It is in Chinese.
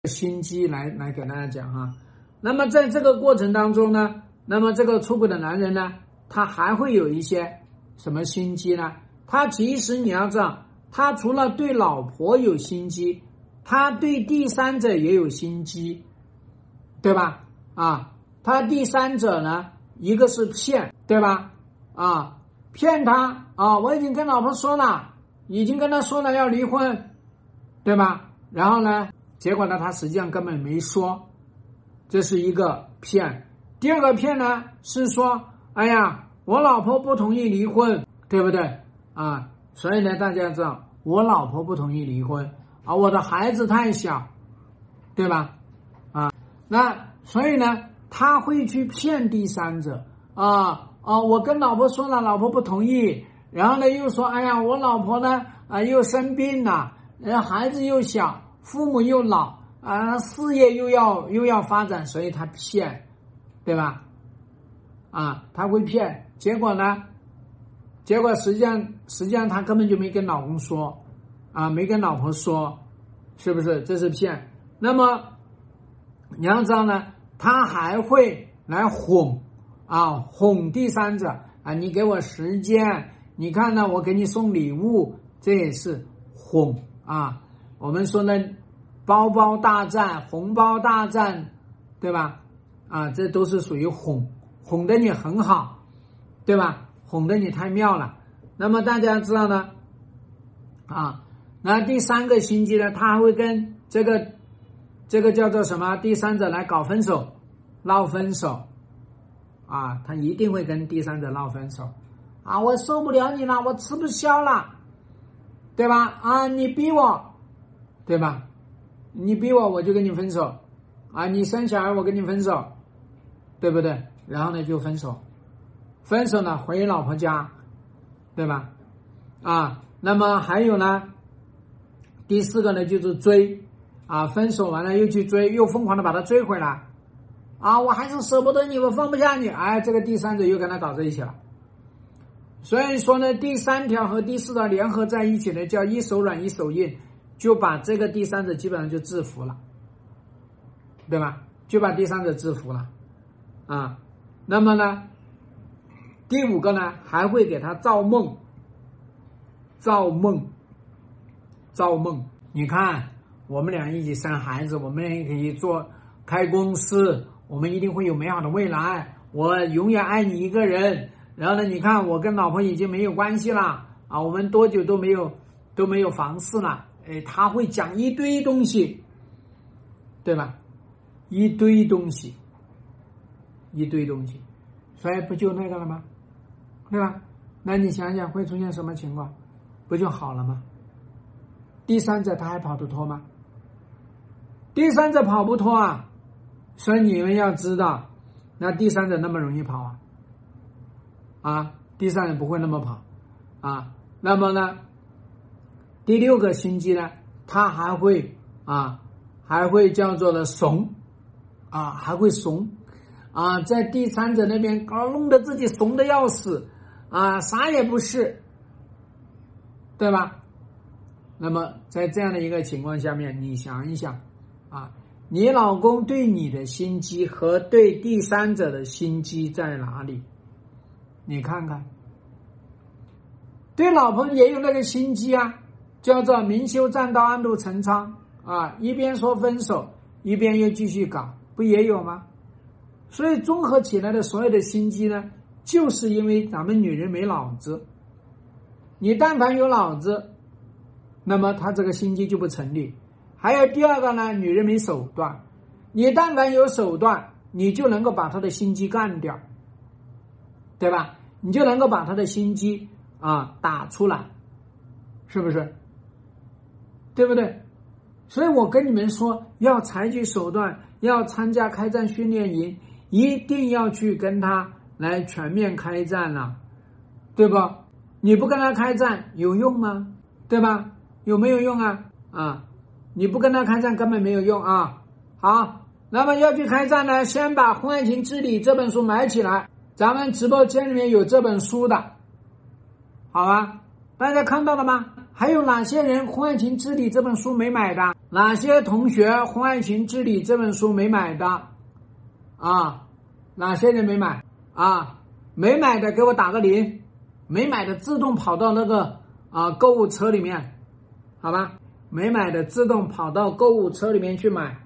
心机来给大家讲哈。那么在这个过程当中呢，那么这个出轨的男人呢，他还会有一些什么心机呢？他其实你要知道，他除了对老婆有心机，他对第三者也有心机，对吧？他第三者呢，一个是骗，对吧？骗他我已经跟老婆说了，已经跟他说了要离婚，对吧？然后呢，结果呢，他实际上根本没说，这是一个骗。第二个骗呢，是说，哎呀，我老婆不同意离婚，对不对？所以呢，大家知道，我老婆不同意离婚我的孩子太小，对吧？那所以呢，他会去骗第三者我跟老婆说了，老婆不同意，然后呢又说，哎呀，我老婆呢又生病了，孩子又小，父母又老事业又要发展，所以他骗，对吧？他会骗，结果实际上他根本就没跟老公说没跟老婆说，是不是？这是骗。那么你要知道呢，他还会来哄第三者你给我时间，你看呢，我给你送礼物，这也是哄我们说呢，包包大战、红包大战，对吧？这都是属于哄得你很好，对吧？哄得你太妙了。那么大家知道呢那第三个心机呢，他还会跟这个叫做什么第三者来搞分手，闹分手他一定会跟第三者闹分手我受不了你了，我吃不消了，对吧？你逼我，对吧？你逼我就跟你分手你生小孩我跟你分手，对不对？然后呢就分手呢回老婆家，对吧？那么还有呢，第四个呢就是追分手完了又去追，又疯狂的把他追回来我还是舍不得你，我放不下你，这个第三者又跟他搞在一起了。所以说呢，第三条和第四条联合在一起呢，叫一手软一手硬，就把这个第三者基本上就制服了，对吧？就把第三者制服了那么呢，第五个呢，还会给他造梦。你看，我们俩一起生孩子，我们也可以开公司，我们一定会有美好的未来，我永远爱你一个人。然后呢，你看我跟老婆已经没有关系了我们多久都没有房事了，他会讲一堆东西，对吧？一堆东西，所以不就那个了吗？对吧？那你想想会出现什么情况？不就好了吗？第三者他还跑得脱吗？第三者跑不脱所以你们要知道，那第三者那么容易跑第三者不会那么跑那么呢，第六个心机呢，他还会叫做的怂还会怂在第三者那边弄得自己怂得要死啥也不是，对吧？那么在这样的一个情况下面，你想一想你老公对你的心机和对第三者的心机在哪里？你看看，对老婆也有那个心机叫做明修栈道暗度陈仓一边说分手，一边又继续搞，不也有吗？所以综合起来的所有的心机呢，就是因为咱们女人没脑子。你但凡有脑子，那么他这个心机就不成立。还有第二个呢，女人没手段。你但凡有手段，你就能够把他的心机干掉，对吧？你就能够把他的心机打出来，是不是？对不对？所以我跟你们说，要采取手段，要参加开战训练营，一定要去跟他来全面开战了，对吧？你不跟他开战有用吗？对吧？有没有用你不跟他开战根本没有用好，那么要去开战呢，先把《婚外情治理》这本书买起来，咱们直播间里面有这本书的，好吧？大家看到了吗？ 还有哪些人《婚外情治理》这本书没买的？哪些同学《婚外情治理》这本书没买的？啊，哪些人没买？啊，没买的给我打个0，没买的自动跑到那个购物车里面，好吧？没买的自动跑到购物车里面去买。